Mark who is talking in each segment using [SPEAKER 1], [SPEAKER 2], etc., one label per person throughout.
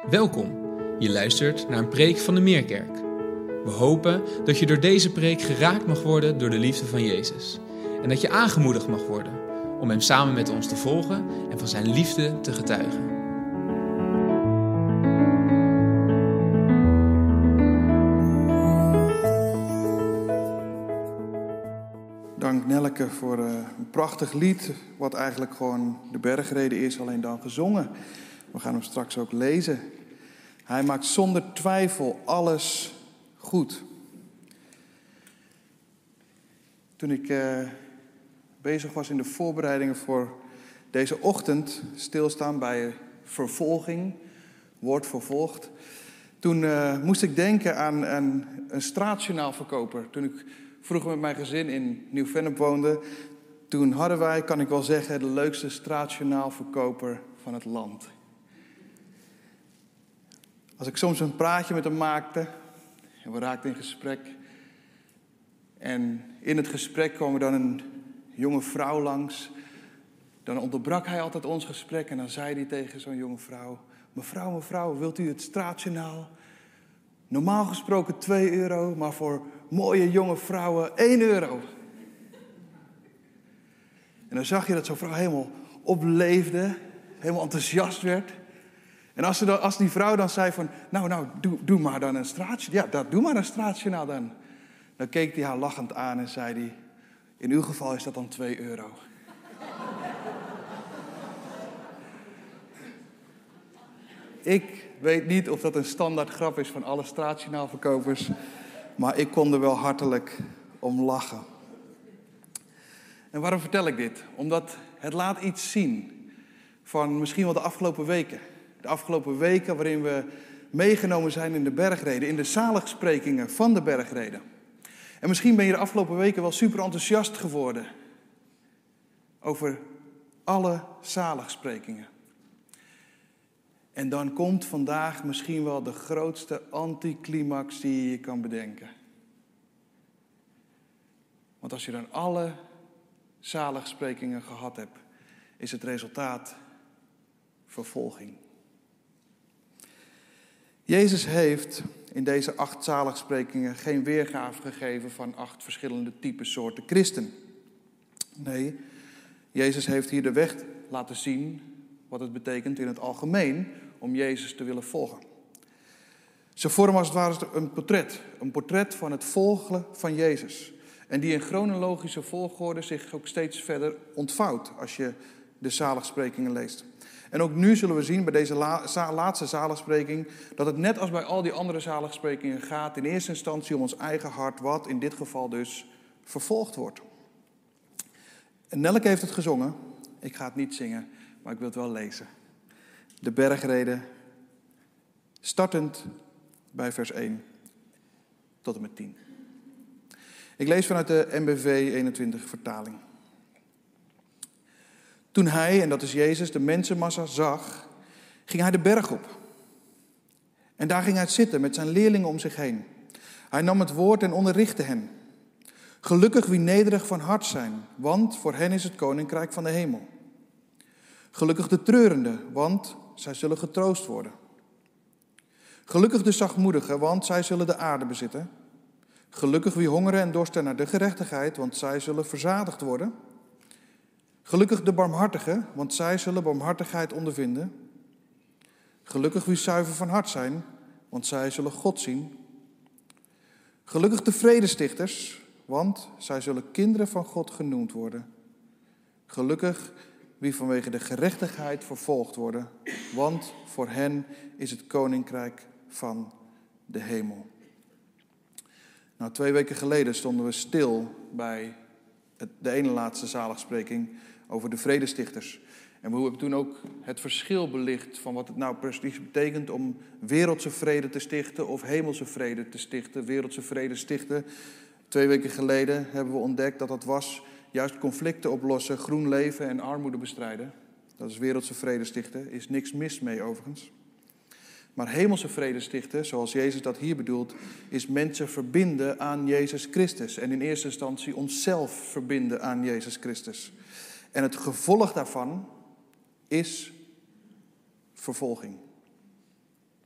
[SPEAKER 1] Welkom, je luistert naar een preek van de Meerkerk. We hopen dat je door deze preek geraakt mag worden door de liefde van Jezus. En dat je aangemoedigd mag worden om Hem samen met ons te volgen en van Zijn liefde te getuigen.
[SPEAKER 2] Dank Nelleke voor een prachtig lied, wat eigenlijk gewoon de bergreden is, alleen dan gezongen. We gaan hem straks ook lezen. Hij maakt zonder twijfel alles goed. Toen ik bezig was in de voorbereidingen voor deze ochtend, stilstaan bij vervolging, wordt vervolgd. Toen moest ik denken aan een straatjournaalverkoper. Toen ik vroeger met mijn gezin in Nieuw-Vennep woonde, toen hadden wij, kan ik wel zeggen, de leukste straatjournaalverkoper van het land. Als ik soms een praatje met hem maakte en we raakten in gesprek. En in het gesprek kwam er dan een jonge vrouw langs. Dan onderbrak hij altijd ons gesprek en dan zei hij tegen zo'n jonge vrouw: Mevrouw, wilt u het straatjournaal? Normaal gesproken €2, maar voor mooie jonge vrouwen €1. En dan zag je dat zo'n vrouw helemaal opleefde, helemaal enthousiast werd. En als die vrouw dan zei van, doe maar dan een straatjournaal. Ja, doe maar een straatjournaal dan. Dan keek hij haar lachend aan en zei hij: in uw geval is dat dan €2. Ik weet niet of dat een standaard grap is van alle straatjournaalverkopers, maar ik kon er wel hartelijk om lachen. En waarom vertel ik dit? Omdat het laat iets zien van misschien wel de afgelopen weken. De afgelopen weken waarin we meegenomen zijn in de bergreden, in de zaligsprekingen van de bergreden. En misschien ben je de afgelopen weken wel super enthousiast geworden over alle zaligsprekingen. En dan komt vandaag misschien wel de grootste anticlimax die je kan bedenken. Want als je dan alle zaligsprekingen gehad hebt, is het resultaat vervolging. Jezus heeft in deze 8 zaligsprekingen geen weergave gegeven van 8 verschillende typen soorten christen. Nee, Jezus heeft hier de weg laten zien wat het betekent in het algemeen om Jezus te willen volgen. Ze vormen als het ware een portret van het volgen van Jezus. En die in chronologische volgorde zich ook steeds verder ontvouwt als je de zaligsprekingen leest. En ook nu zullen we zien bij deze laatste zaligspreking dat het net als bij al die andere zaligsprekingen gaat in eerste instantie om ons eigen hart, wat in dit geval dus vervolgd wordt. En Nelleke heeft het gezongen. Ik ga het niet zingen, maar ik wil het wel lezen. De bergreden, startend bij vers 1 tot en met 10. Ik lees vanuit de NBV 21 vertaling. Toen hij, en dat is Jezus, de mensenmassa zag, ging hij de berg op. En daar ging hij zitten met zijn leerlingen om zich heen. Hij nam het woord en onderrichtte hen. Gelukkig wie nederig van hart zijn, want voor hen is het koninkrijk van de hemel. Gelukkig de treurenden, want zij zullen getroost worden. Gelukkig de zachtmoedigen, want zij zullen de aarde bezitten. Gelukkig wie hongeren en dorsten naar de gerechtigheid, want zij zullen verzadigd worden. Gelukkig de barmhartigen, want zij zullen barmhartigheid ondervinden. Gelukkig wie zuiver van hart zijn, want zij zullen God zien. Gelukkig de vredestichters, want zij zullen kinderen van God genoemd worden. Gelukkig wie vanwege de gerechtigheid vervolgd worden, want voor hen is het koninkrijk van de hemel. Nou, 2 weken geleden stonden we stil bij de ene laatste zaligspreking over de vredestichters. En we hebben toen ook het verschil belicht van wat het nou precies betekent om wereldse vrede te stichten of hemelse vrede te stichten. Wereldse vrede stichten. 2 weken geleden hebben we ontdekt dat dat was juist conflicten oplossen, groen leven en armoede bestrijden. Dat is wereldse vrede stichten. Is niks mis mee overigens. Maar hemelse vrede stichten, zoals Jezus dat hier bedoelt, is mensen verbinden aan Jezus Christus. En in eerste instantie onszelf verbinden aan Jezus Christus. En het gevolg daarvan is vervolging.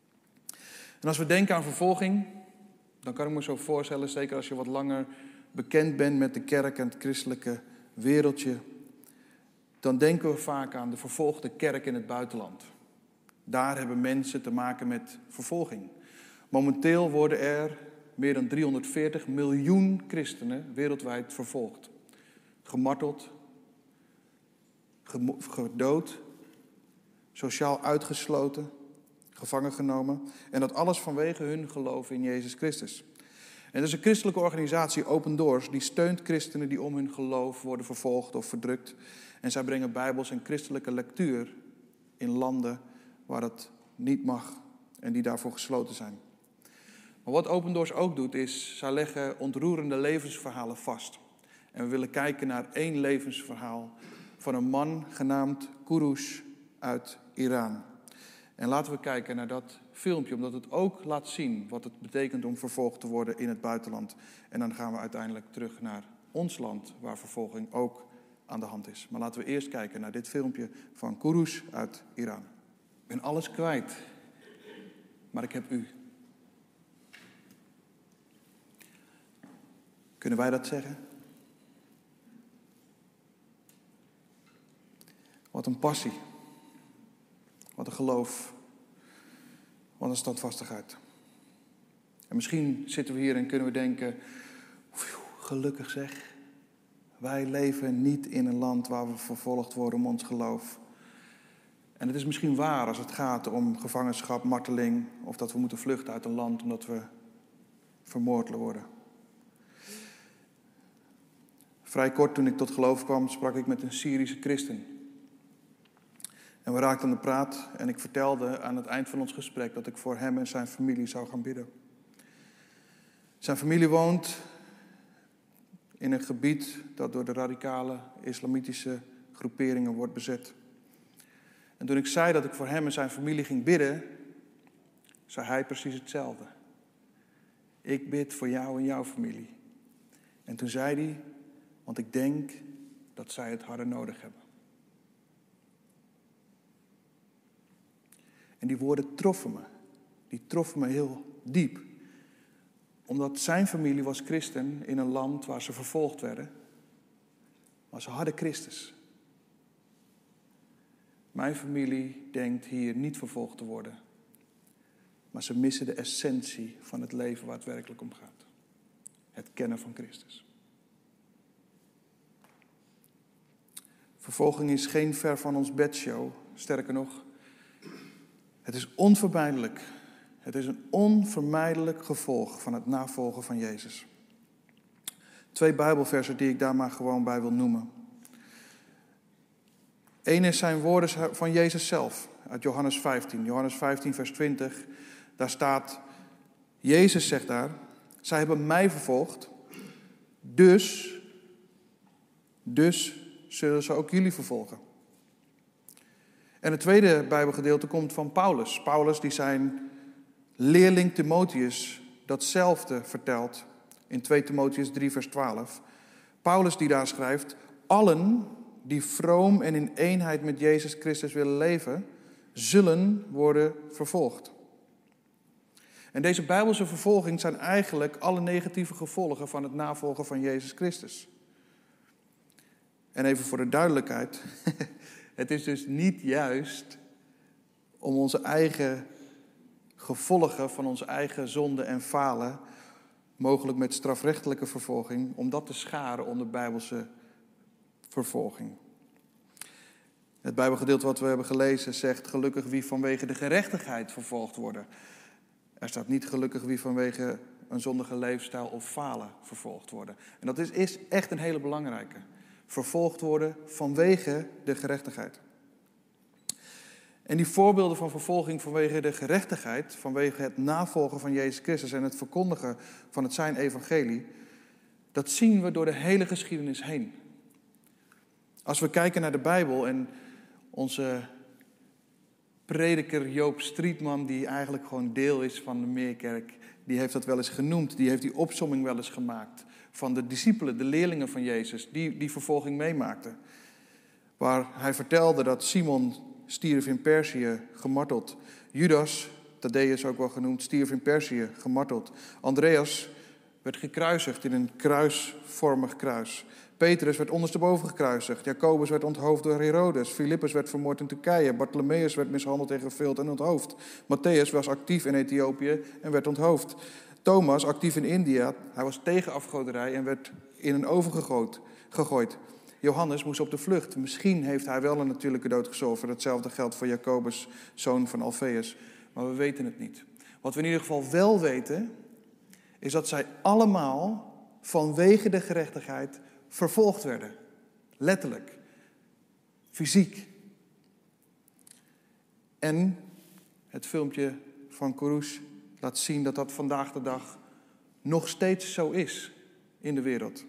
[SPEAKER 2] En als we denken aan vervolging, dan kan ik me zo voorstellen, zeker als je wat langer bekend bent met de kerk en het christelijke wereldje, dan denken we vaak aan de vervolgde kerk in het buitenland. Daar hebben mensen te maken met vervolging. Momenteel worden er meer dan 340 miljoen christenen wereldwijd vervolgd. Gemarteld, gedood, sociaal uitgesloten, gevangen genomen. En dat alles vanwege hun geloof in Jezus Christus. En er is een christelijke organisatie, Open Doors, die steunt christenen die om hun geloof worden vervolgd of verdrukt. En zij brengen bijbels en christelijke lectuur in landen waar dat niet mag en die daarvoor gesloten zijn. Maar wat Open Doors ook doet is, zij leggen ontroerende levensverhalen vast. En we willen kijken naar 1 levensverhaal van een man genaamd Kurush uit Iran. En laten we kijken naar dat filmpje, omdat het ook laat zien wat het betekent om vervolgd te worden in het buitenland. En dan gaan we uiteindelijk terug naar ons land, waar vervolging ook aan de hand is. Maar laten we eerst kijken naar dit filmpje van Kurush uit Iran. Ik ben alles kwijt, maar ik heb u. Kunnen wij dat zeggen? Wat een passie. Wat een geloof. Wat een standvastigheid. En misschien zitten we hier en kunnen we denken, gelukkig zeg. Wij leven niet in een land waar we vervolgd worden om ons geloof. En het is misschien waar als het gaat om gevangenschap, marteling, of dat we moeten vluchten uit een land omdat we vermoord worden. Vrij kort toen ik tot geloof kwam, sprak ik met een Syrische christen. En we raakten aan de praat en ik vertelde aan het eind van ons gesprek dat ik voor hem en zijn familie zou gaan bidden. Zijn familie woont in een gebied dat door de radicale islamitische groeperingen wordt bezet. En toen ik zei dat ik voor hem en zijn familie ging bidden, zei hij precies hetzelfde. Ik bid voor jou en jouw familie. En toen zei hij, want ik denk dat zij het harder nodig hebben. En die woorden troffen me. Die troffen me heel diep. Omdat zijn familie was christen in een land waar ze vervolgd werden. Maar ze hadden Christus. Mijn familie denkt hier niet vervolgd te worden. Maar ze missen de essentie van het leven waar het werkelijk om gaat. Het kennen van Christus. Vervolging is geen ver van ons bedshow. Sterker nog, het is onvermijdelijk. Het is een onvermijdelijk gevolg van het navolgen van Jezus. 2 Bijbelversen die ik daar maar gewoon bij wil noemen. Eén is zijn woorden van Jezus zelf, uit Johannes 15. Johannes 15 vers 20, daar staat, Jezus zegt daar, zij hebben mij vervolgd, dus zullen ze ook jullie vervolgen. En het tweede Bijbelgedeelte komt van Paulus. Paulus die zijn leerling Timotheus datzelfde vertelt in 2 Timotheus 3 vers 12. Paulus die daar schrijft, allen die vroom en in eenheid met Jezus Christus willen leven, zullen worden vervolgd. En deze Bijbelse vervolging zijn eigenlijk alle negatieve gevolgen van het navolgen van Jezus Christus. En even voor de duidelijkheid, het is dus niet juist om onze eigen gevolgen van onze eigen zonde en falen, mogelijk met strafrechtelijke vervolging, om dat te scharen onder Bijbelse vervolging. Het Bijbelgedeelte wat we hebben gelezen zegt, gelukkig wie vanwege de gerechtigheid vervolgd worden. Er staat niet gelukkig wie vanwege een zondige leefstijl of falen vervolgd worden. En dat is echt een hele belangrijke. Vervolgd worden vanwege de gerechtigheid. En die voorbeelden van vervolging vanwege de gerechtigheid, vanwege het navolgen van Jezus Christus en het verkondigen van het zijn evangelie, dat zien we door de hele geschiedenis heen. Als we kijken naar de Bijbel en onze prediker Joop Strietman, die eigenlijk gewoon deel is van de Meerkerk, die heeft dat wel eens genoemd, die heeft die opsomming wel eens gemaakt van de discipelen, de leerlingen van Jezus, die vervolging meemaakten. Waar hij vertelde dat Simon stierf in Perzië, gemarteld. Judas Thaddeus ook wel genoemd, stierf in Perzië, gemarteld. Andreas werd gekruisigd in een kruisvormig kruis. Petrus werd ondersteboven gekruisigd. Jacobus werd onthoofd door Herodes. Filippus werd vermoord in Turkije. Bartholomeus werd mishandeld en gevild en onthoofd. Matthäus was actief in Ethiopië en werd onthoofd. Thomas, actief in India, hij was tegen afgoderij en werd in een oven gegooid. Johannes moest op de vlucht. Misschien heeft hij wel een natuurlijke dood gezorgd. Hetzelfde geldt voor Jacobus, zoon van Alfeus. Maar we weten het niet. Wat we in ieder geval wel weten, is dat zij allemaal vanwege de gerechtigheid vervolgd werden. Letterlijk. Fysiek. En het filmpje van Kourous laat zien dat dat vandaag de dag nog steeds zo is in de wereld.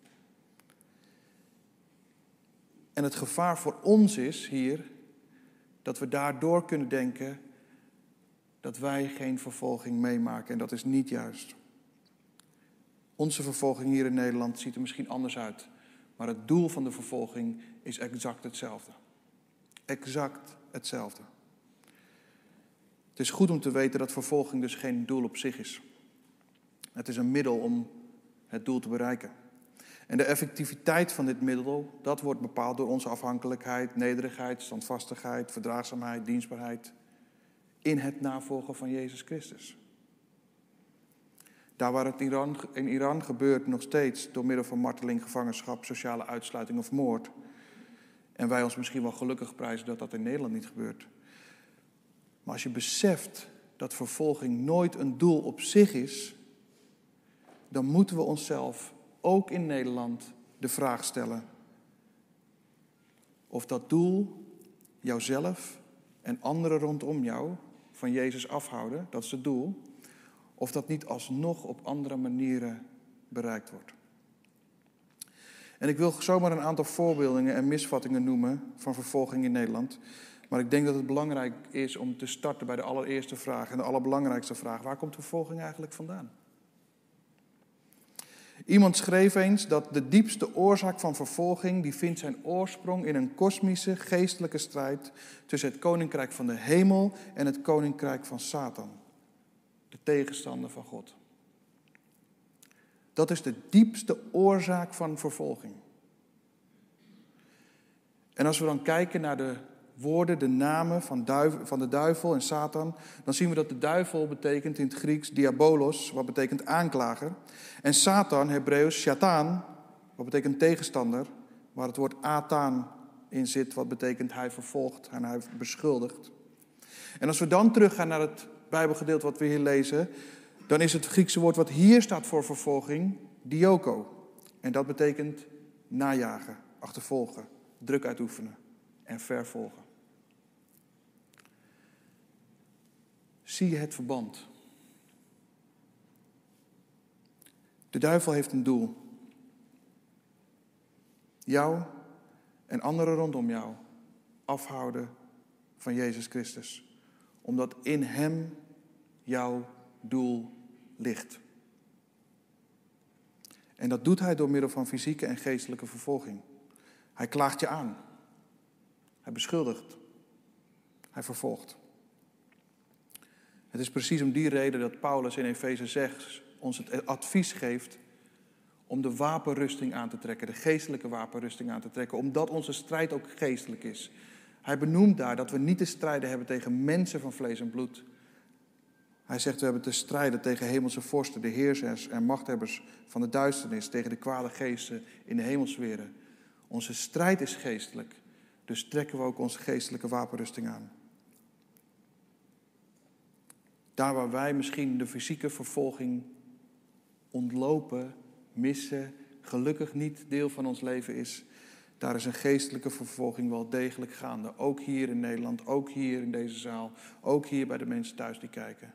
[SPEAKER 2] En het gevaar voor ons is hier dat we daardoor kunnen denken dat wij geen vervolging meemaken. En dat is niet juist. Onze vervolging hier in Nederland ziet er misschien anders uit. Maar het doel van de vervolging is exact hetzelfde. Exact hetzelfde. Het is goed om te weten dat vervolging dus geen doel op zich is. Het is een middel om het doel te bereiken. En de effectiviteit van dit middel, dat wordt bepaald door onze afhankelijkheid, nederigheid, standvastigheid, verdraagzaamheid, dienstbaarheid in het navolgen van Jezus Christus. Daar waar het in Iran gebeurt nog steeds door middel van marteling, gevangenschap, sociale uitsluiting of moord. En wij ons misschien wel gelukkig prijzen dat dat in Nederland niet gebeurt. Maar als je beseft dat vervolging nooit een doel op zich is, dan moeten we onszelf ook in Nederland de vraag stellen of dat doel jouzelf en anderen rondom jou van Jezus afhouden, dat is het doel, of dat niet alsnog op andere manieren bereikt wordt. En ik wil zomaar een aantal voorbeelden en misvattingen noemen van vervolging in Nederland. Maar ik denk dat het belangrijk is om te starten bij de allereerste vraag en de allerbelangrijkste vraag. Waar komt vervolging eigenlijk vandaan? Iemand schreef eens dat de diepste oorzaak van vervolging, die vindt zijn oorsprong in een kosmische, geestelijke strijd tussen het koninkrijk van de hemel en het koninkrijk van Satan. De tegenstander van God. Dat is de diepste oorzaak van vervolging. En als we dan kijken naar de woorden, de namen van de duivel en Satan, dan zien we dat de duivel betekent in het Grieks diabolos, wat betekent aanklager. En Satan, Hebreeuws, Satan, wat betekent tegenstander, waar het woord Atan in zit, wat betekent hij vervolgt en hij beschuldigt. En als we dan teruggaan naar het Bijbelgedeelte wat we hier lezen, dan is het Griekse woord wat hier staat voor vervolging, dioko. En dat betekent najagen, achtervolgen, druk uitoefenen en vervolgen. Zie je het verband? De duivel heeft een doel. Jou en anderen rondom jou afhouden van Jezus Christus. Omdat in hem jouw doel ligt. En dat doet hij door middel van fysieke en geestelijke vervolging. Hij klaagt je aan. Hij beschuldigt. Hij vervolgt. Het is precies om die reden dat Paulus in Efeze 6 ons het advies geeft om de wapenrusting aan te trekken, de geestelijke wapenrusting aan te trekken, omdat onze strijd ook geestelijk is. Hij benoemt daar dat we niet te strijden hebben tegen mensen van vlees en bloed. Hij zegt we hebben te strijden tegen hemelse vorsten, de heersers en machthebbers van de duisternis, tegen de kwade geesten in de hemelsferen. Onze strijd is geestelijk, dus trekken we ook onze geestelijke wapenrusting aan. Daar waar wij misschien de fysieke vervolging ontlopen, missen, gelukkig niet deel van ons leven is, daar is een geestelijke vervolging wel degelijk gaande. Ook hier in Nederland, ook hier in deze zaal, ook hier bij de mensen thuis die kijken.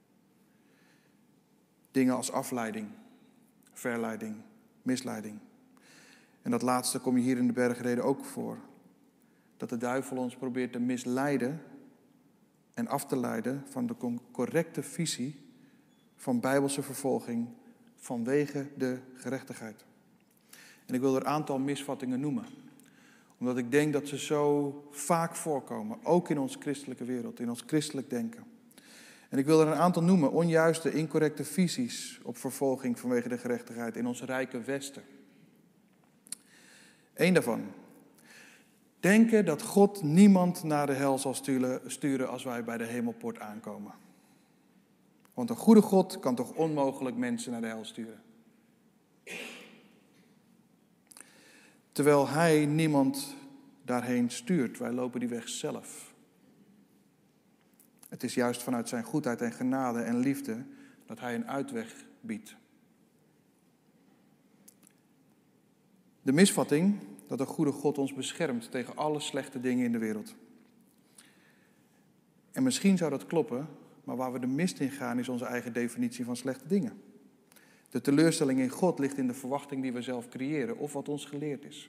[SPEAKER 2] Dingen als afleiding, verleiding, misleiding. En dat laatste kom je hier in de bergreden ook voor. Dat de duivel ons probeert te misleiden en af te leiden van de correcte visie van bijbelse vervolging vanwege de gerechtigheid. En ik wil er een aantal misvattingen noemen. Omdat ik denk dat ze zo vaak voorkomen, ook in onze christelijke wereld, in ons christelijk denken. En ik wil er een aantal noemen, onjuiste, incorrecte visies op vervolging vanwege de gerechtigheid in ons rijke Westen. Eén daarvan. Denken dat God niemand naar de hel zal sturen als wij bij de hemelpoort aankomen. Want een goede God kan toch onmogelijk mensen naar de hel sturen. Terwijl hij niemand daarheen stuurt. Wij lopen die weg zelf. Het is juist vanuit zijn goedheid en genade en liefde dat hij een uitweg biedt. De misvatting dat een goede God ons beschermt tegen alle slechte dingen in de wereld. En misschien zou dat kloppen, maar waar we de mist in gaan is onze eigen definitie van slechte dingen. De teleurstelling in God ligt in de verwachting die we zelf creëren of wat ons geleerd is.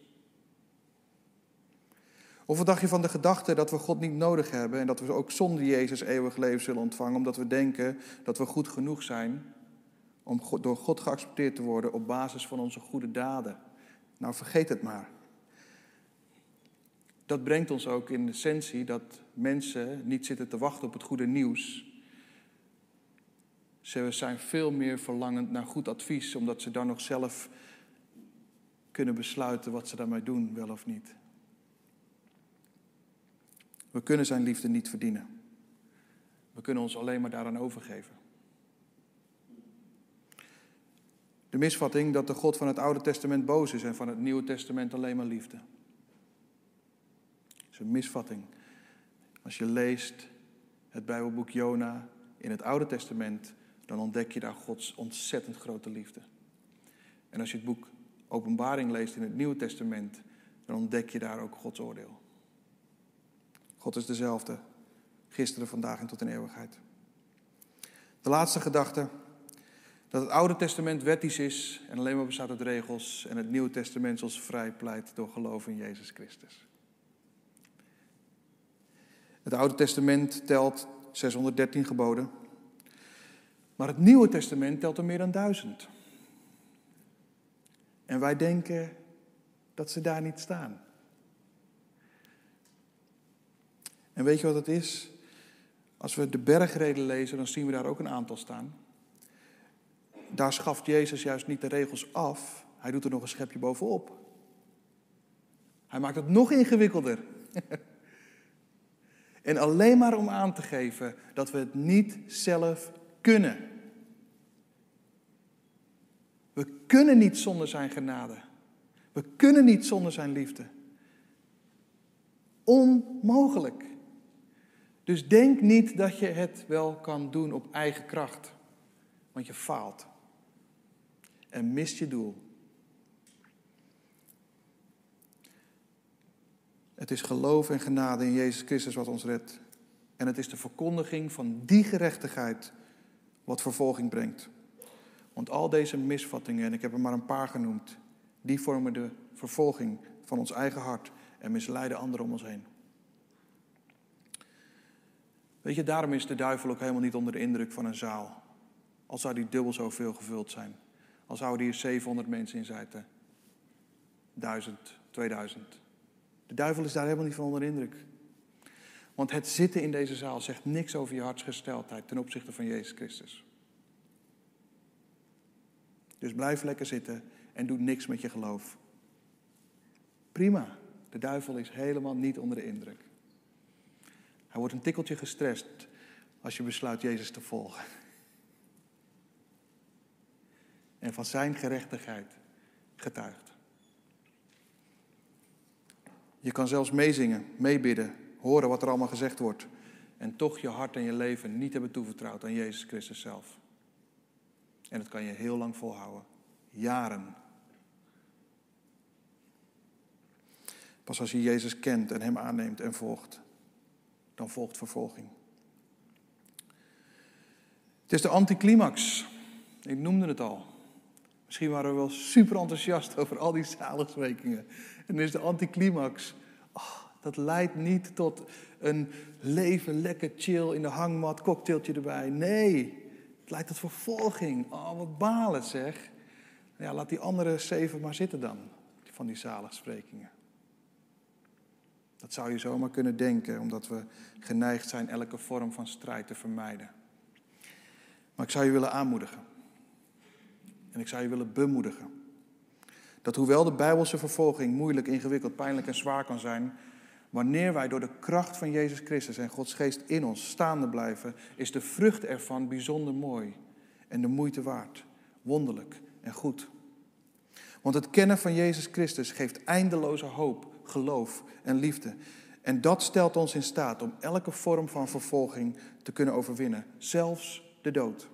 [SPEAKER 2] Of wat dacht je van de gedachte dat we God niet nodig hebben en dat we ook zonder Jezus eeuwig leven zullen ontvangen, omdat we denken dat we goed genoeg zijn om door God geaccepteerd te worden op basis van onze goede daden. Nou, vergeet het maar. Dat brengt ons ook in de essentie dat mensen niet zitten te wachten op het goede nieuws. Ze zijn veel meer verlangend naar goed advies, omdat ze dan nog zelf kunnen besluiten wat ze daarmee doen, wel of niet. We kunnen zijn liefde niet verdienen. We kunnen ons alleen maar daaraan overgeven. De misvatting dat de God van het Oude Testament boos is en van het Nieuwe Testament alleen maar liefde. Dat is een misvatting. Als je leest het Bijbelboek Jona in het Oude Testament, dan ontdek je daar Gods ontzettend grote liefde. En als je het boek Openbaring leest in het Nieuwe Testament, dan ontdek je daar ook Gods oordeel. God is dezelfde, gisteren, vandaag en tot in eeuwigheid. De laatste gedachte, dat het Oude Testament wettisch is en alleen maar bestaat uit regels en het Nieuwe Testament ons vrij pleit door geloof in Jezus Christus. Het Oude Testament telt 613 geboden, maar het Nieuwe Testament telt er meer dan 1000. En wij denken dat ze daar niet staan. En weet je wat het is? Als we de bergreden lezen, dan zien we daar ook een aantal staan. Daar schaft Jezus juist niet de regels af. Hij doet er nog een schepje bovenop. Hij maakt het nog ingewikkelder. En alleen maar om aan te geven dat we het niet zelf kunnen. We kunnen niet zonder zijn genade. We kunnen niet zonder zijn liefde. Onmogelijk. Dus denk niet dat je het wel kan doen op eigen kracht. Want je faalt. En mist je doel. Het is geloof en genade in Jezus Christus wat ons redt. En het is de verkondiging van die gerechtigheid wat vervolging brengt. Want al deze misvattingen, en ik heb er maar een paar genoemd, die vormen de vervolging van ons eigen hart en misleiden anderen om ons heen. Weet je, daarom is de duivel ook helemaal niet onder de indruk van een zaal. Al zou die dubbel zoveel gevuld zijn. Al zouden hier 700 mensen in zitten. 1000, 2000. De duivel is daar helemaal niet van onder de indruk. Want het zitten in deze zaal zegt niks over je hartsgesteldheid ten opzichte van Jezus Christus. Dus blijf lekker zitten en doe niks met je geloof. Prima. De duivel is helemaal niet onder de indruk. Hij wordt een tikkeltje gestrest als je besluit Jezus te volgen. En van zijn gerechtigheid getuigt. Je kan zelfs meezingen, meebidden, horen wat er allemaal gezegd wordt. En toch je hart en je leven niet hebben toevertrouwd aan Jezus Christus zelf. En dat kan je heel lang volhouden. Jaren. Pas als je Jezus kent en hem aanneemt en volgt, dan volgt vervolging. Het is de anticlimax. Ik noemde het al. Misschien waren we wel super enthousiast over al die zaligsprekingen. En dan is de anticlimax. Dat leidt niet tot een leven lekker chill in de hangmat, cocktailtje erbij. Nee, het leidt tot vervolging. Wat balen zeg. Ja, laat die andere 7 maar zitten dan, van die zaligsprekingen. Dat zou je zomaar kunnen denken, omdat we geneigd zijn elke vorm van strijd te vermijden. Maar ik zou je willen aanmoedigen. En ik zou je willen bemoedigen. Dat hoewel de Bijbelse vervolging moeilijk, ingewikkeld, pijnlijk en zwaar kan zijn, wanneer wij door de kracht van Jezus Christus en Gods geest in ons staande blijven, is de vrucht ervan bijzonder mooi en de moeite waard, wonderlijk en goed. Want het kennen van Jezus Christus geeft eindeloze hoop, geloof en liefde. En dat stelt ons in staat om elke vorm van vervolging te kunnen overwinnen, zelfs de dood.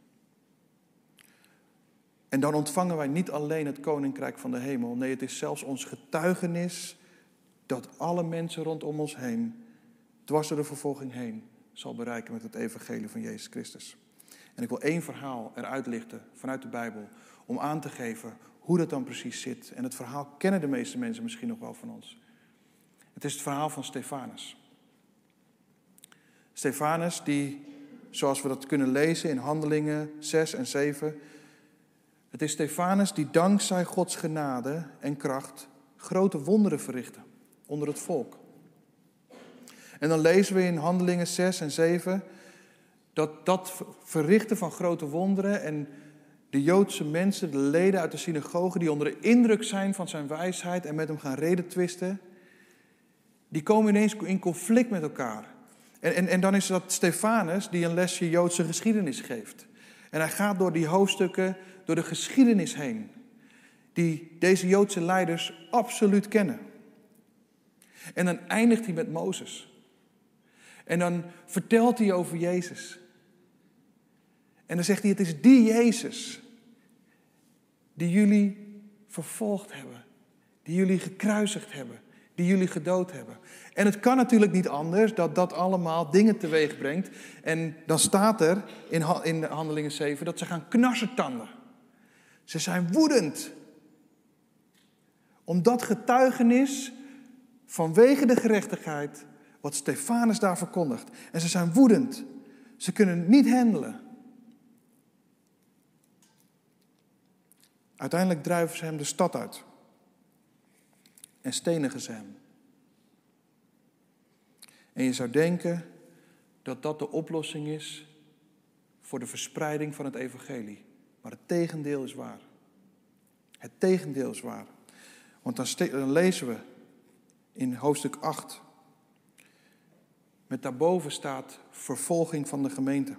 [SPEAKER 2] En dan ontvangen wij niet alleen het koninkrijk van de hemel. Nee, het is zelfs ons getuigenis dat alle mensen rondom ons heen, dwars door de vervolging heen, zal bereiken met het evangelie van Jezus Christus. En ik wil 1 verhaal eruit lichten vanuit de Bijbel om aan te geven hoe dat dan precies zit. En het verhaal kennen de meeste mensen misschien nog wel van ons. Het is het verhaal van Stefanus. Stefanus die, zoals we dat kunnen lezen in Handelingen 6 en 7... Het is Stefanus die dankzij Gods genade en kracht grote wonderen verrichtte onder het volk. En dan lezen we in Handelingen 6 en 7 dat verrichten van grote wonderen en de Joodse mensen, de leden uit de synagoge die onder de indruk zijn van zijn wijsheid en met hem gaan redetwisten, die komen ineens in conflict met elkaar. En dan is dat Stefanus die een lesje Joodse geschiedenis geeft. En hij gaat door die hoofdstukken, door de geschiedenis heen, die deze Joodse leiders absoluut kennen. En dan eindigt hij met Mozes. En dan vertelt hij over Jezus. En dan zegt hij, het is die Jezus die jullie vervolgd hebben, die jullie gekruisigd hebben, die jullie gedood hebben. En het kan natuurlijk niet anders dat dat allemaal dingen teweeg brengt. En dan staat er in Handelingen 7 dat ze gaan knarsetanden. Ze zijn woedend. Om dat getuigenis vanwege de gerechtigheid wat Stefanus daar verkondigt. En ze zijn woedend. Ze kunnen het niet handelen. Uiteindelijk drijven ze hem de stad uit. En stenigen ze hem. En je zou denken dat dat de oplossing is voor de verspreiding van het evangelie. Maar het tegendeel is waar. Het tegendeel is waar. Want dan lezen we in hoofdstuk 8. Met daarboven staat vervolging van de gemeente.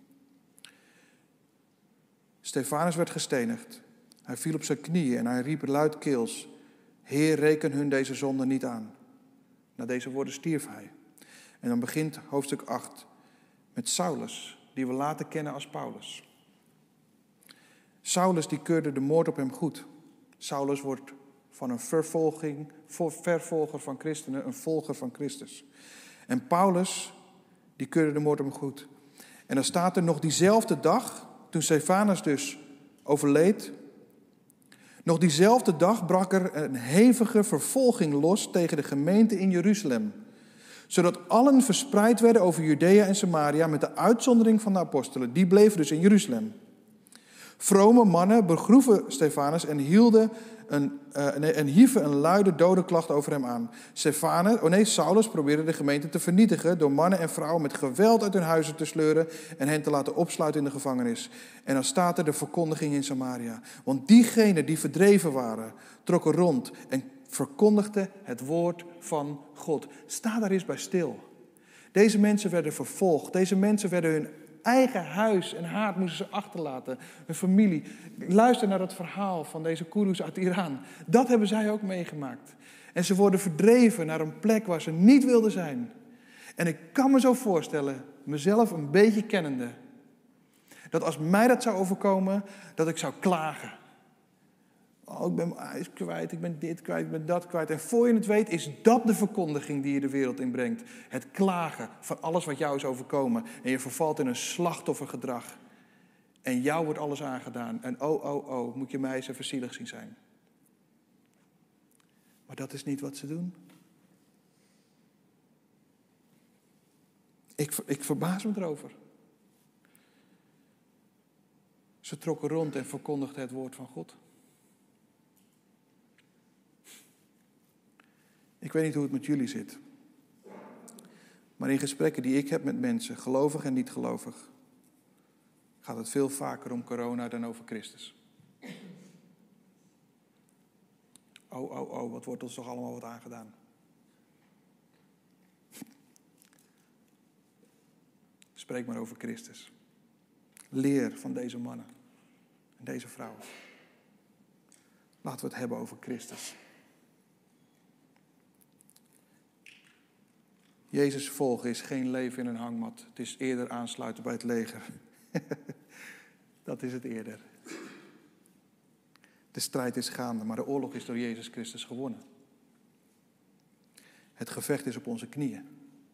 [SPEAKER 2] Stefanus werd gestenigd. Hij viel op zijn knieën en hij riep luidkeels: Heer, reken hun deze zonde niet aan. Na deze woorden stierf hij. En dan begint hoofdstuk 8 met Saulus, die we later kennen als Paulus. Saulus die keurde de moord op hem goed. Saulus wordt van een vervolger van christenen een volger van Christus. En Paulus die keurde de moord op hem goed. En dan staat er nog diezelfde dag, toen Stefanus dus overleed, nog diezelfde dag brak er een hevige vervolging los tegen de gemeente in Jeruzalem. Zodat allen verspreid werden over Judea en Samaria met de uitzondering van de apostelen. Die bleven dus in Jeruzalem. Vrome mannen begroeven Stefanus en hieven een luide dodenklacht over hem aan. Saulus probeerde de gemeente te vernietigen door mannen en vrouwen met geweld uit hun huizen te sleuren en hen te laten opsluiten in de gevangenis. En dan staat er de verkondiging in Samaria. Want diegenen die verdreven waren, trokken rond en verkondigden het woord van God. Sta daar eens bij stil. Deze mensen werden vervolgd. Deze mensen werden hun eigen huis en haard moesten ze achterlaten. Hun familie. Luister naar het verhaal van deze Koerus uit Iran. Dat hebben zij ook meegemaakt. En ze worden verdreven naar een plek waar ze niet wilden zijn. En ik kan me zo voorstellen, mezelf een beetje kennende, dat als mij dat zou overkomen, dat ik zou klagen. Oh, ik ben mijn huis kwijt, ik ben dit kwijt, ik ben dat kwijt. En voor je het weet is dat de verkondiging die je de wereld inbrengt. Het klagen van alles wat jou is overkomen. En je vervalt in een slachtoffergedrag. En jou wordt alles aangedaan. En oh, moet je mij eens even zielig zien zijn. Maar dat is niet wat ze doen. Ik verbaas me erover. Ze trokken rond en verkondigden het woord van God. Ik weet niet hoe het met jullie zit. Maar in gesprekken die ik heb met mensen, gelovig en niet gelovig, gaat het veel vaker om corona dan over Christus. Oh, wat wordt ons toch allemaal wat aangedaan. Spreek maar over Christus. Leer van deze mannen en deze vrouwen. Laten we het hebben over Christus. Jezus volgen is geen leven in een hangmat. Het is eerder aansluiten bij het leger. Dat is het eerder. De strijd is gaande, maar de oorlog is door Jezus Christus gewonnen. Het gevecht is op onze knieën.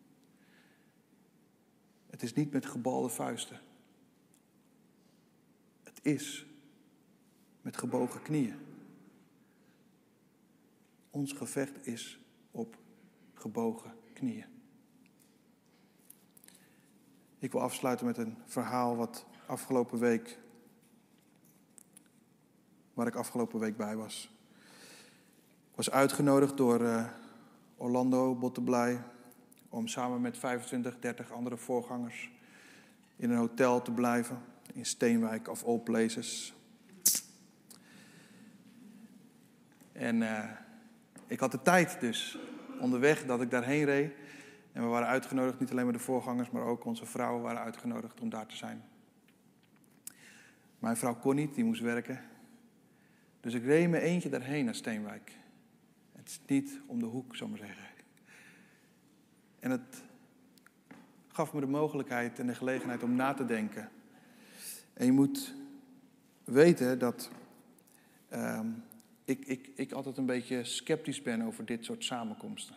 [SPEAKER 2] Het is niet met gebalde vuisten. Het is met gebogen knieën. Ons gevecht is op gebogen knieën. Ik wil afsluiten met een verhaal waar ik afgelopen week bij was. Ik was uitgenodigd door Orlando Botteblij om samen met 25, 30 andere voorgangers in een hotel te blijven in Steenwijk of all places. En ik had de tijd dus onderweg dat ik daarheen reed. En we waren uitgenodigd, niet alleen maar de voorgangers, maar ook onze vrouwen waren uitgenodigd om daar te zijn. Mijn vrouw kon niet, die moest werken. Dus ik reed me eentje daarheen naar Steenwijk. Het is niet om de hoek, zou ik maar zeggen. En het gaf me de mogelijkheid en de gelegenheid om na te denken. En je moet weten dat ik altijd een beetje sceptisch ben over dit soort samenkomsten.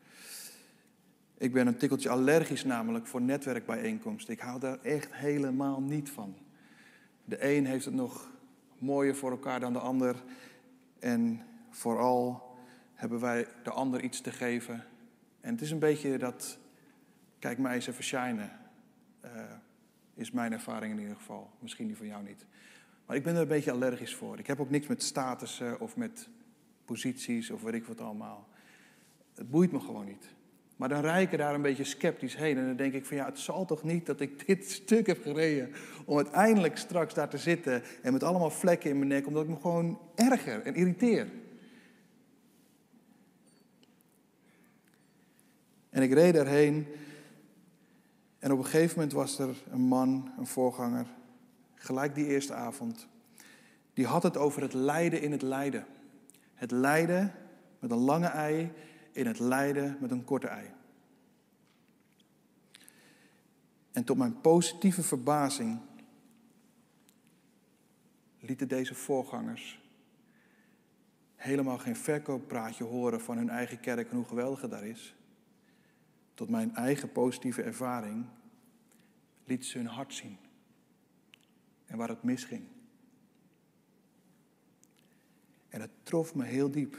[SPEAKER 2] Ik ben een tikkeltje allergisch namelijk voor netwerkbijeenkomsten. Ik hou daar echt helemaal niet van. De een heeft het nog mooier voor elkaar dan de ander. En vooral hebben wij de ander iets te geven. En het is een beetje dat, kijk mij eens even shinen. Is mijn ervaring in ieder geval. Misschien die van jou niet. Maar ik ben er een beetje allergisch voor. Ik heb ook niks met statussen of met posities of weet ik wat allemaal. Het boeit me gewoon niet. Maar dan rijd ik er daar een beetje sceptisch heen. En dan denk ik van ja, het zal toch niet dat ik dit stuk heb gereden om uiteindelijk straks daar te zitten en met allemaal vlekken in mijn nek, omdat ik me gewoon erger en irriteer. En ik reed daarheen en op een gegeven moment was er een man, een voorganger, gelijk die eerste avond. Die had het over het lijden in het lijden. Het lijden met een lange ei in het lijden met een korte ei. En tot mijn positieve verbazing lieten deze voorgangers helemaal geen verkooppraatje horen van hun eigen kerk en hoe geweldig het daar is. Tot mijn eigen positieve ervaring lieten ze hun hart zien. En waar het misging. En het trof me heel diep.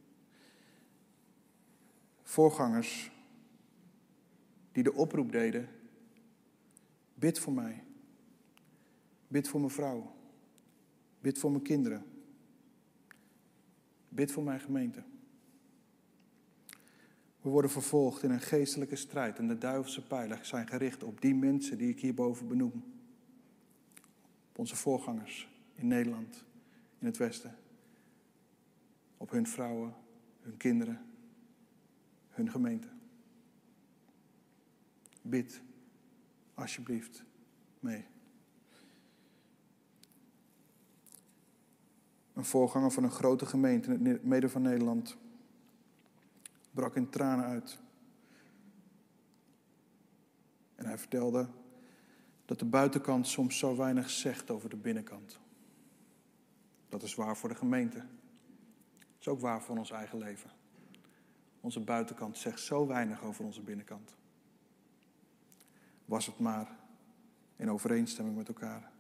[SPEAKER 2] Voorgangers die de oproep deden: bid voor mij. Bid voor mijn vrouw. Bid voor mijn kinderen. Bid voor mijn gemeente. We worden vervolgd in een geestelijke strijd en de duivelse pijlen zijn gericht op die mensen die ik hierboven benoem. Op onze voorgangers in Nederland, in het Westen. Op hun vrouwen, hun kinderen, hun gemeente. Bid alsjeblieft mee. Een voorganger van een grote gemeente in het midden van Nederland brak in tranen uit. En hij vertelde dat de buitenkant soms zo weinig zegt over de binnenkant. Dat is waar voor de gemeente. Dat is ook waar voor ons eigen leven. Onze buitenkant zegt zo weinig over onze binnenkant. Was het maar in overeenstemming met elkaar.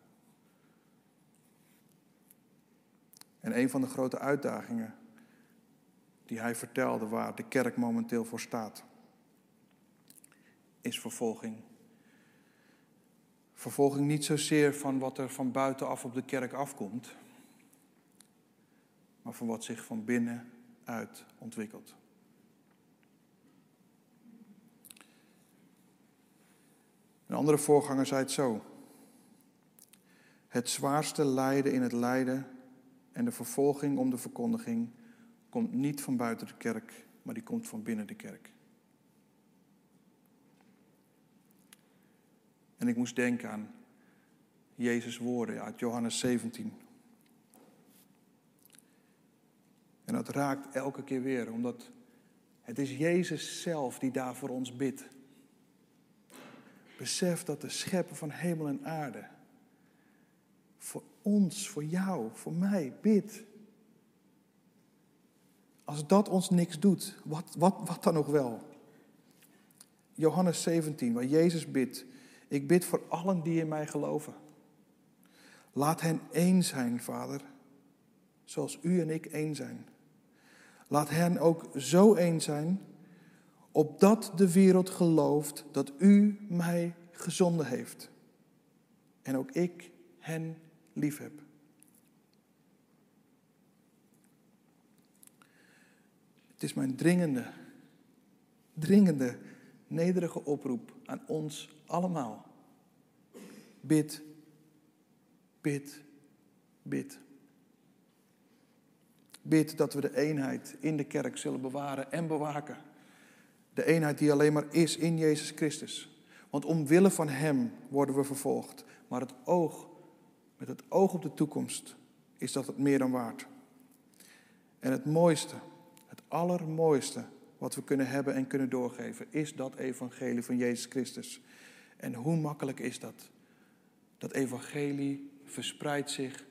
[SPEAKER 2] En een van de grote uitdagingen die hij vertelde waar de kerk momenteel voor staat, is vervolging. Vervolging niet zozeer van wat er van buitenaf op de kerk afkomt, maar van wat zich van binnenuit ontwikkelt. Een andere voorganger zei het zo: Het zwaarste lijden in het lijden en de vervolging om de verkondiging komt niet van buiten de kerk, maar die komt van binnen de kerk. En ik moest denken aan Jezus' woorden uit Johannes 17. En dat raakt elke keer weer, omdat het is Jezus zelf die daar voor ons bidt. Besef dat de schepper van hemel en aarde voor ons, voor jou, voor mij bidt. Als dat ons niks doet, wat dan nog wel? Johannes 17, waar Jezus bidt. Ik bid voor allen die in mij geloven. Laat hen één zijn, Vader, zoals u en ik één zijn. Laat hen ook zo één zijn, opdat de wereld gelooft dat u mij gezonden heeft. En ook ik hen lief heb. Het is mijn dringende, nederige oproep aan ons allemaal. Bid, bid, bid. Bid dat we de eenheid in de kerk zullen bewaren en bewaken. De eenheid die alleen maar is in Jezus Christus. Want omwille van Hem worden we vervolgd. Maar met het oog op de toekomst is dat het meer dan waard. En het mooiste, het allermooiste wat we kunnen hebben en kunnen doorgeven, is dat evangelie van Jezus Christus. En hoe makkelijk is dat? Dat evangelie verspreidt zich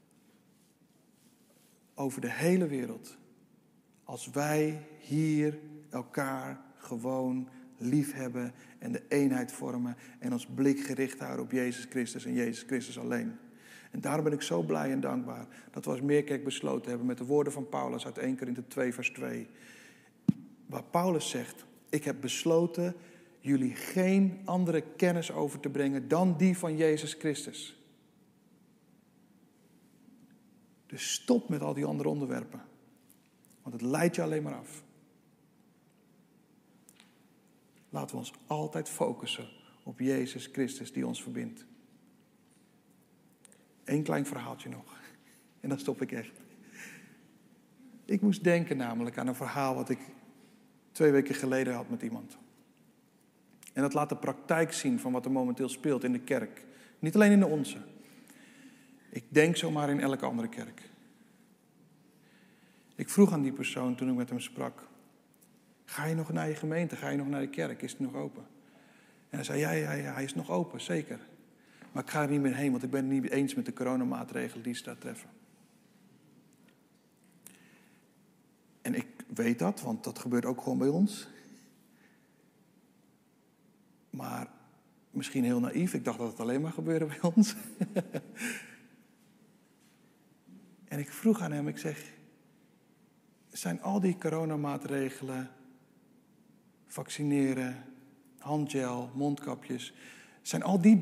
[SPEAKER 2] over de hele wereld. Als wij hier elkaar gewoon lief hebben en de eenheid vormen en ons blik gericht houden op Jezus Christus en Jezus Christus alleen. En daarom ben ik zo blij en dankbaar dat we als Meerkerk besloten hebben met de woorden van Paulus uit 1 Korinthe 2 vers 2. Waar Paulus zegt, ik heb besloten jullie geen andere kennis over te brengen dan die van Jezus Christus. Dus stop met al die andere onderwerpen. Want het leidt je alleen maar af. Laten we ons altijd focussen op Jezus Christus die ons verbindt. Eén klein verhaaltje nog. En dan stop ik echt. Ik moest denken namelijk aan een verhaal wat ik 2 weken geleden had met iemand. En dat laat de praktijk zien van wat er momenteel speelt in de kerk. Niet alleen in de onze. Ik denk zomaar in elke andere kerk. Ik vroeg aan die persoon toen ik met hem sprak. Ga je nog naar je gemeente? Ga je nog naar de kerk? Is het nog open? En hij zei, ja, hij is nog open, zeker. Maar ik ga er niet meer heen, want ik ben het niet eens met de coronamaatregelen die ze daar treffen. En ik weet dat, want dat gebeurt ook gewoon bij ons. Maar misschien heel naïef, ik dacht dat het alleen maar gebeurde bij ons. En ik vroeg aan hem, ik zeg, zijn al die coronamaatregelen, vaccineren, handgel, mondkapjes, zijn al die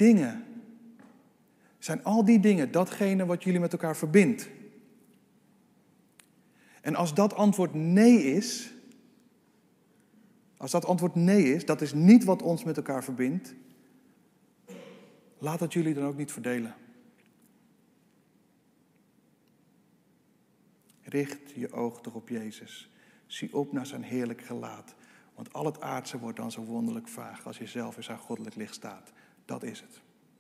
[SPEAKER 2] dingen datgene wat jullie met elkaar verbindt? En als dat antwoord nee is, dat is niet wat ons met elkaar verbindt, laat het jullie dan ook niet verdelen. Richt je oog toch op Jezus. Zie op naar zijn heerlijk gelaat. Want al het aardse wordt dan zo wonderlijk vaag als je zelf in zijn goddelijk licht staat. Dat is het.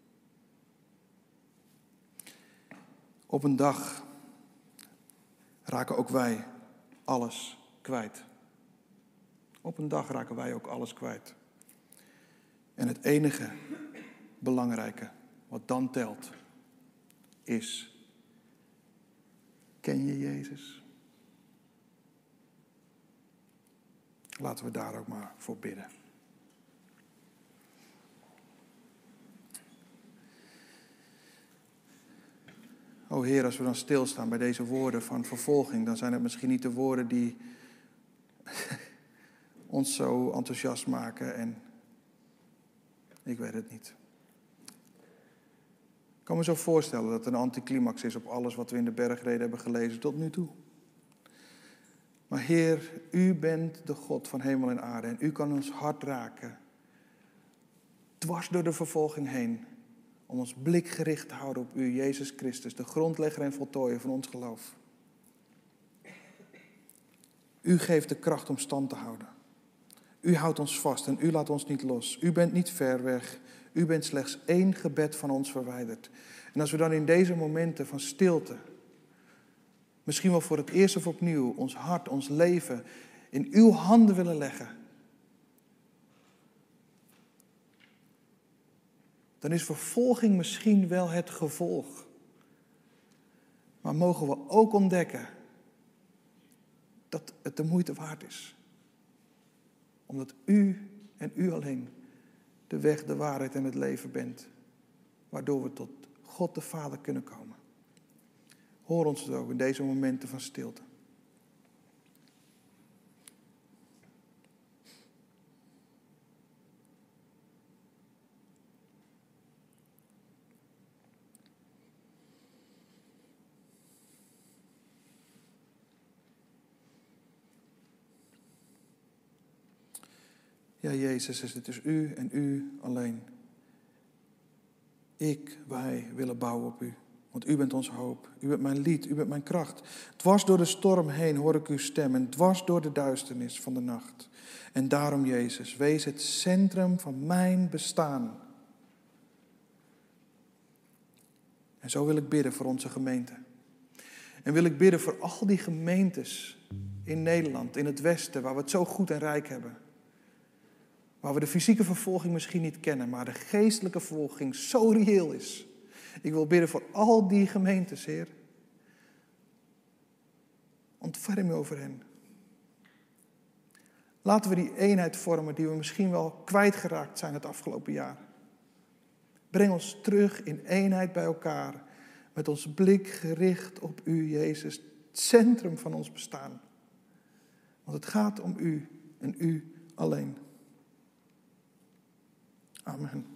[SPEAKER 2] Op een dag raken ook wij alles kwijt. Op een dag raken wij ook alles kwijt. En het enige belangrijke wat dan telt is: ken je Jezus? Laten we daar ook maar voor bidden. O Heer, als we dan stilstaan bij deze woorden van vervolging, dan zijn het misschien niet de woorden die ons zo enthousiast maken en ik weet het niet. Ik kan me zo voorstellen dat het een anticlimax is op alles wat we in de bergreden hebben gelezen tot nu toe. Maar Heer, u bent de God van hemel en aarde en u kan ons hart raken. Dwars door de vervolging heen. om ons blik gericht te houden op u, Jezus Christus, de grondlegger en voltooier van ons geloof. U geeft de kracht om stand te houden. U houdt ons vast en u laat ons niet los. U bent niet ver weg. U bent slechts 1 gebed van ons verwijderd. En als we dan in deze momenten van stilte, misschien wel voor het eerst of opnieuw, ons hart, ons leven in uw handen willen leggen, dan is vervolging misschien wel het gevolg. Maar mogen we ook ontdekken dat het de moeite waard is. Omdat u en u alleen de weg, de waarheid en het leven bent. Waardoor we tot God de Vader kunnen komen. Hoor ons het ook in deze momenten van stilte. Ja, Jezus, het is u en u alleen. Wij willen bouwen op u. Want u bent onze hoop. U bent mijn lied, u bent mijn kracht. Dwars door de storm heen hoor ik uw stem. En dwars door de duisternis van de nacht. En daarom, Jezus, wees het centrum van mijn bestaan. En zo wil ik bidden voor onze gemeente. En wil ik bidden voor al die gemeentes in Nederland, in het Westen, waar we het zo goed en rijk hebben. Waar we de fysieke vervolging misschien niet kennen, maar de geestelijke vervolging zo reëel is. Ik wil bidden voor al die gemeentes, Heer. Ontferm u over hen. Laten we die eenheid vormen die we misschien wel kwijtgeraakt zijn het afgelopen jaar. Breng ons terug in eenheid bij elkaar. Met ons blik gericht op u, Jezus. Het centrum van ons bestaan. Want het gaat om u en u alleen. Amen.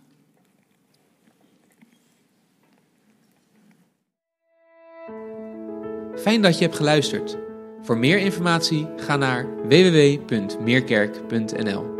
[SPEAKER 1] Fijn dat je hebt geluisterd. Voor meer informatie ga naar www.meerkerk.nl.